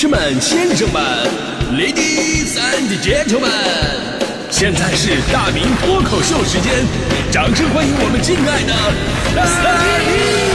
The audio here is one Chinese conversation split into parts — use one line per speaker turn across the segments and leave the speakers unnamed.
士们、先生们 ，Ladies and Gentlemen， 现在是大明脱口秀时间，掌声欢迎我们敬爱的大明！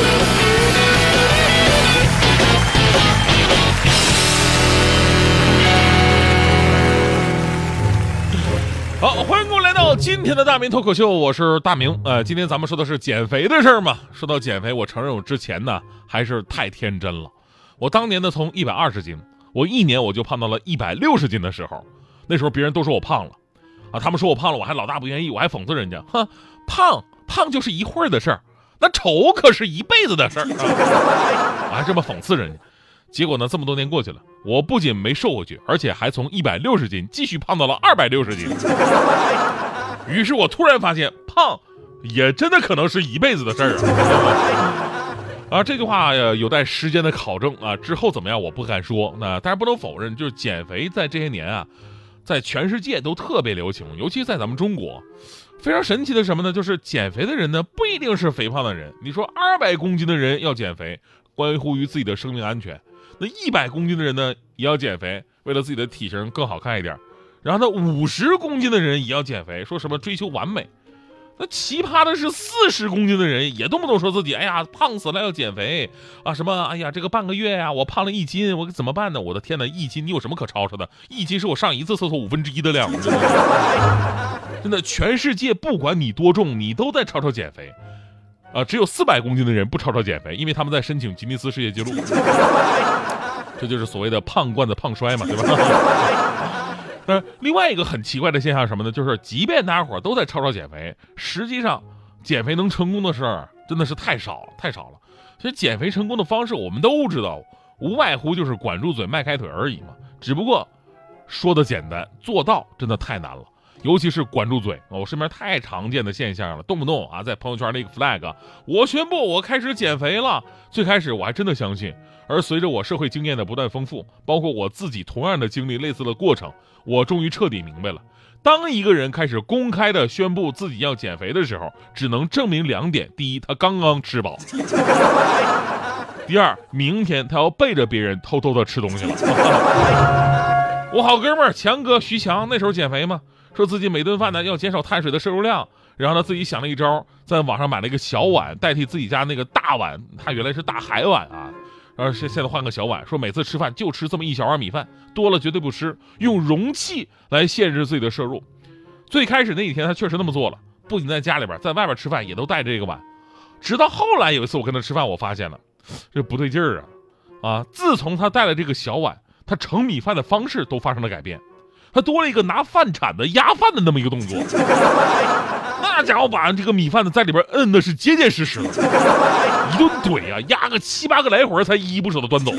好，欢迎各位来到今天的大明脱口秀，我是大明。今天咱们说的是减肥的事儿嘛。说到减肥，我承认我之前呢还是太天真了。我当年呢从120斤，我1年我就胖到了160斤的时候，那时候别人都说我胖了，啊，他们说我胖了，我还老大不愿意，我还讽刺人家，哼，胖就是一会儿的事儿，那丑可是一辈子的事儿啊，我还这么讽刺人家。结果呢，这么多年过去了，我不仅没瘦回去，而且还从160斤继续胖到了260斤。于是我突然发现，胖也真的可能是一辈子的事儿啊！这句话有待时间的考证啊，之后怎么样我不敢说。那当然不能否认，就是减肥在这些年啊，在全世界都特别流行，尤其在咱们中国。非常神奇的什么呢？就是减肥的人呢，不一定是肥胖的人。你说200公斤的人要减肥，关乎于自己的生命安全。那100公斤的人呢，也要减肥，为了自己的体型更好看一点。然后呢，50公斤的人也要减肥，说什么追求完美。那奇葩的是，40公斤的人也动不动说自己，哎呀，胖死了要减肥啊，什么，哎呀，这个半个月呀，我胖了1斤，我怎么办呢？我的天哪，1斤你有什么可吵吵的？1斤是我上一次厕所1/5的量，真的，全世界不管你多重，你都在吵吵减肥。只有400公斤的人不吵吵减肥，因为他们在申请吉尼斯世界纪录。这就是所谓的胖惯子胖衰嘛，对吧？另外一个很奇怪的现象是什么呢？就是即便大家伙都在吵吵减肥，实际上减肥能成功的事儿真的是太少了，太少了。其实减肥成功的方式我们都知道，无外乎就是管住嘴、迈开腿而已嘛。只不过说的简单，做到真的太难了。尤其是管住嘴，我身边太常见的现象了，动不动啊在朋友圈那个 flag， 我宣布我开始减肥了。最开始我还真的相信，而随着我社会经验的不断丰富，包括我自己同样的经历类似的过程，我终于彻底明白了，当一个人开始公开的宣布自己要减肥的时候，只能证明2点：第一，他刚刚吃饱；第二，明天他要背着别人偷偷的吃东西了。我好哥们儿强哥徐强那时候减肥嘛，说自己每顿饭呢要减少碳水的摄入量，然后呢自己想了一招，在网上买了一个小碗代替自己家那个大碗，他原来是大海碗啊，然后现在换个小碗，说每次吃饭就吃这么1小碗米饭，多了绝对不吃，用容器来限制自己的摄入。最开始那几天他确实那么做了，不仅在家里边，在外边吃饭也都带着这个碗。直到后来有一次我跟他吃饭，我发现了这不对劲儿啊！自从他带了这个小碗，他盛米饭的方式都发生了改变。他多了一个拿饭铲的压饭的那么一个动作，那家伙把这个米饭呢在里边摁的是结结实实的，一顿怼啊，压个7、8个来回才依依不舍的端走。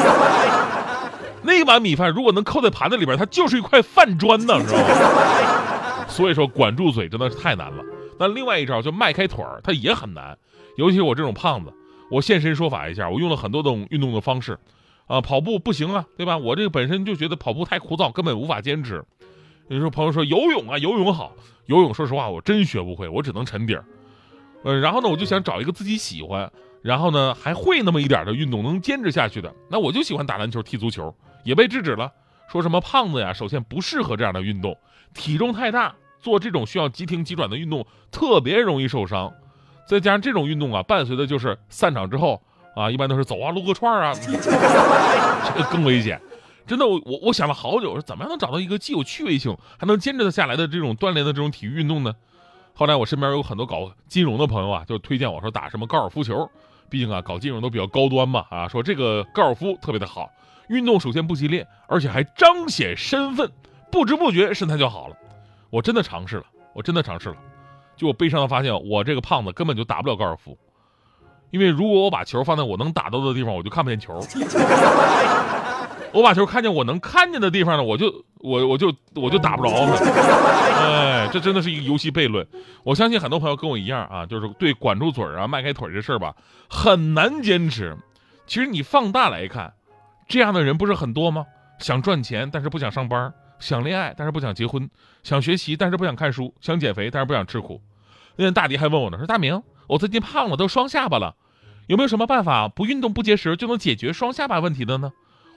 那碗米饭如果能扣在盘子里边，它就是一块饭砖呢，知道吗？所以说管住嘴真的是太难了。那另外一招就迈开腿儿，它也很难，尤其是我这种胖子，我现身说法一下，我用了很多种运动的方式。跑步不行啊，对吧？我这个本身就觉得跑步太枯燥，根本无法坚持。有时候朋友说游泳啊，游泳好，游泳说实话我真学不会，我只能沉底儿。然后呢，我就想找一个自己喜欢，然后呢还会那么一点的运动能坚持下去的。那我就喜欢打篮球、踢足球，也被制止了，说什么胖子呀，首先不适合这样的运动，体重太大，做这种需要急停急转的运动特别容易受伤。再加上这种运动啊，伴随的就是散场之后啊，一般都是走啊、撸个串啊，这个更危险。真的，我想了好久，是怎么样能找到一个既有趣味性，还能坚持得下来的这种锻炼的这种体育运动呢？后来我身边有很多搞金融的朋友啊，就推荐我说打什么高尔夫球，毕竟啊搞金融都比较高端嘛，说这个高尔夫特别的好，运动首先不激烈，而且还彰显身份，不知不觉身材就好了。我真的尝试了，就我悲伤的发现，我这个胖子根本就打不了高尔夫。因为如果我把球放在我能打到的地方，我就看不见球；我把球看见我能看见的地方呢，我就打不着它。哎，这真的是一个游戏悖论。我相信很多朋友跟我一样啊，就是对管住嘴啊、迈开腿这事儿吧，很难坚持。其实你放大来看，这样的人不是很多吗？想赚钱但是不想上班，想恋爱但是不想结婚，想学习但是不想看书，想减肥但是不想吃苦。那天大迪还问我呢，说大明，我最近胖了，都双下巴了，有没有什么办法不运动不节食就能解决双下巴问题的呢？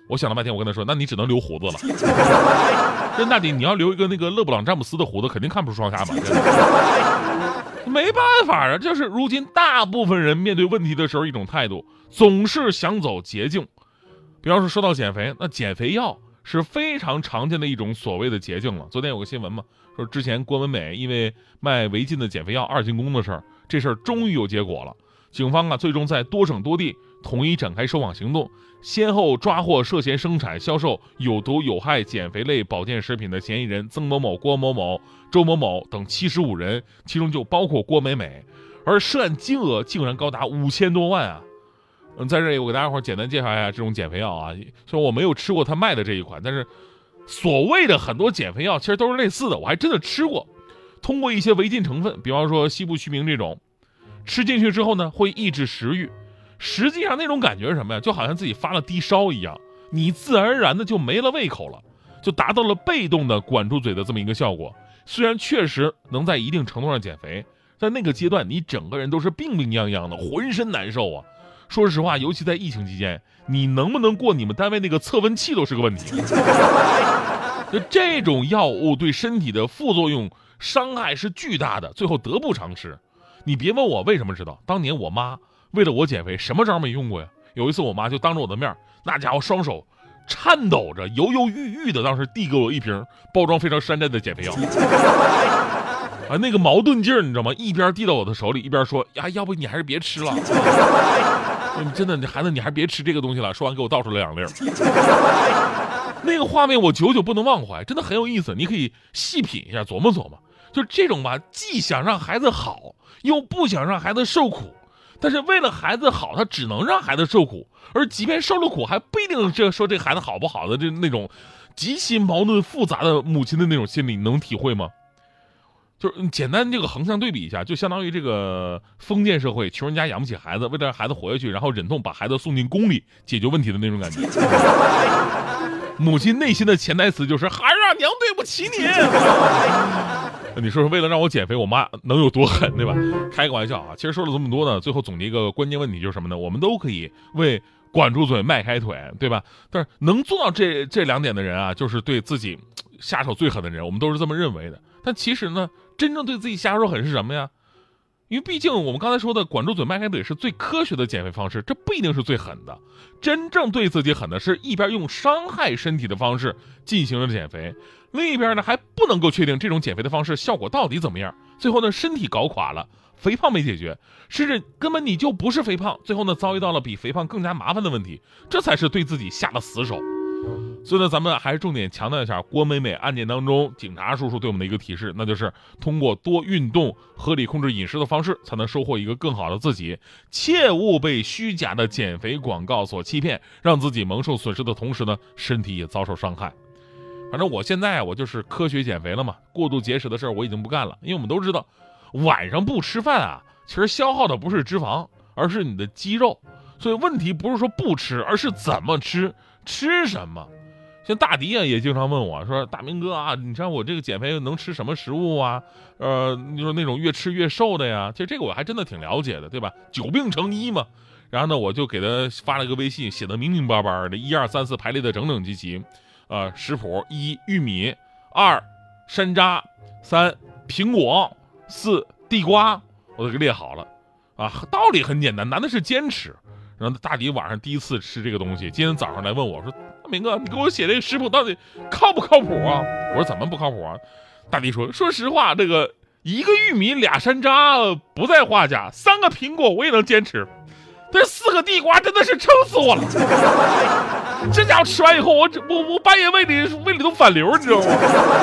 我想了半天，我跟他说，那你只能留胡子了。那你要留一个那个勒布朗詹姆斯的胡子，肯定看不出双下巴。没办法啊，这是如今大部分人面对问题的时候一种态度，总是想走捷径。比方说到减肥，那减肥药是非常常见的一种所谓的捷径了。昨天有个新闻嘛，说之前郭文美因为卖违禁的减肥药2进宫的事儿，这事儿终于有结果了。警方最终在多省多地统一展开收网行动，先后抓获涉嫌生产、销售有毒有害减肥类保健食品的嫌疑人曾某某、郭某某、周某某等75人，其中就包括郭美美，而涉案金额竟然高达5000多万啊！在这里我给大家伙简单介绍一下这种减肥药啊，虽然我没有吃过他卖的这一款，但是所谓的很多减肥药其实都是类似的，我还真的吃过。通过一些违禁成分，比方说西部曲明这种，吃进去之后呢会抑制食欲，实际上那种感觉是什么呀？就好像自己发了低烧一样，你自然而然的就没了胃口了，就达到了被动的管住嘴的这么一个效果。虽然确实能在一定程度上减肥，在那个阶段你整个人都是病病殃殃的，浑身难受啊。说实话，尤其在疫情期间，你能不能过你们单位那个测温器都是个问题。就这种药物对身体的副作用伤害是巨大的，最后得不偿失。你别问我为什么知道，当年我妈为了我减肥什么招没用过呀。有一次我妈就当着我的面，那家伙双手颤抖着犹犹豫豫的，当时递给我一瓶包装非常山寨的减肥药。那个矛盾劲儿你知道吗？一边递到我的手里，一边说呀，要不你还是别吃了。真的，孩子你还是别吃这个东西了。说完给我倒出了2粒。那个画面我久久不能忘怀，真的很有意思，你可以细品一下，琢磨琢磨。就是这种吧，既想让孩子好，又不想让孩子受苦，但是为了孩子好，他只能让孩子受苦，而即便受了苦，还不一定说这孩子好不好的那种极其矛盾复杂的母亲的那种心理，你能体会吗？就是简单这个横向对比一下，就相当于这个封建社会，穷人家养不起孩子，为了让孩子活下去，然后忍痛把孩子送进宫里解决问题的那种感觉。母亲内心的潜台词就是孩儿啊，娘对不起你。你说为了让我减肥，我妈能有多狠，对吧？开个玩笑啊。其实说了这么多呢，最后总结一个关键问题就是什么呢？我们都可以为管住嘴迈开腿，对吧？但是能做到这2点的人啊，就是对自己下手最狠的人，我们都是这么认为的。但其实呢，真正对自己下手狠是什么呀？因为毕竟我们刚才说的管住嘴迈开腿是最科学的减肥方式，这不一定是最狠的。真正对自己狠的是一边用伤害身体的方式进行了减肥，另一边呢还不能够确定这种减肥的方式效果到底怎么样，最后呢身体搞垮了，肥胖没解决，甚至根本你就不是肥胖，最后呢遭遇到了比肥胖更加麻烦的问题，这才是对自己下了死手。所以呢，咱们还是重点强调一下郭美美案件当中警察叔叔对我们的一个提示，那就是通过多运动、合理控制饮食的方式，才能收获一个更好的自己。切勿被虚假的减肥广告所欺骗，让自己蒙受损失的同时呢，身体也遭受伤害。反正我现在我就是科学减肥了嘛，过度节食的事儿我已经不干了，因为我们都知道，晚上不吃饭啊，其实消耗的不是脂肪，而是你的肌肉。所以问题不是说不吃，而是怎么吃，吃什么。像大迪啊，也经常问我说：“大明哥啊，你像我这个减肥能吃什么食物啊？你说那种越吃越瘦的呀？其实这个我还真的挺了解的，对吧？9病成医嘛。”然后呢，我就给他发了个微信，写的明明白白的，1、2、3、4排列的整整齐齐。食谱：1玉米，2山楂，3苹果，4地瓜，我都给列好了。道理很简单，难的是坚持。然后大迪晚上第一次吃这个东西，今天早上来问我说：“明哥，你给我写这个食谱到底靠不靠谱啊？”我说：“怎么不靠谱啊？”大迪说：“说实话，这个1个玉米2山楂不在话下，3个苹果我也能坚持，但4个地瓜真的是撑死我了。这家伙吃完以后，我半夜胃里都反流，你知道吗？”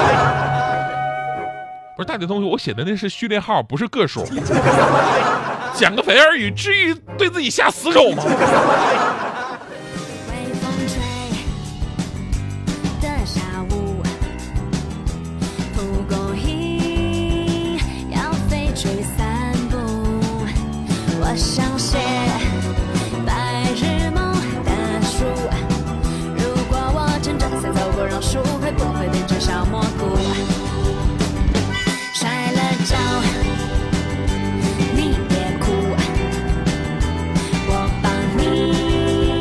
不是大迪同学，我写的那是序列号，不是个数。讲个肥而已，至于对自己下死手吗？
微风吹的下午，蒲公英要飞吹散步。我想写白日梦的书，如果我真正想走过榕树，会不会变成小蘑菇？摔了跤。你别哭，我帮你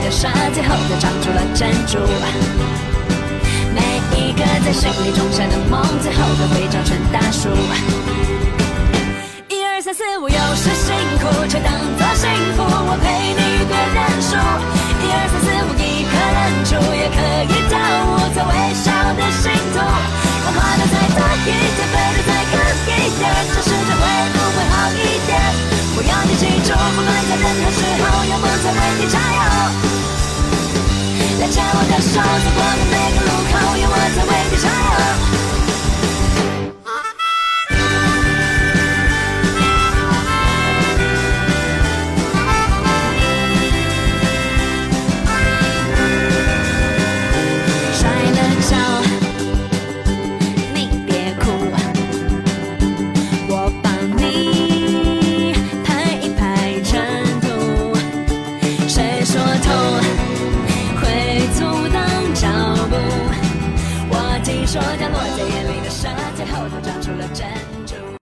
的沙，最后都长出了珍珠。每一个在心里种下的梦，最后都会长成大树。1、2、3、4、5，有时辛苦却当作幸福，我陪你多认输。1、2、3、4、5，一颗忍住，也可以跳舞，做微笑的信徒。让花的再多一点，飞的再高一点，这世界会不会好一点？我要你记住，不管在任何时候，有梦才为你加油。来牵我的手，走过的每个路口，有我在为你加油。说掉落在眼里的沙，最后都长出了珍珠。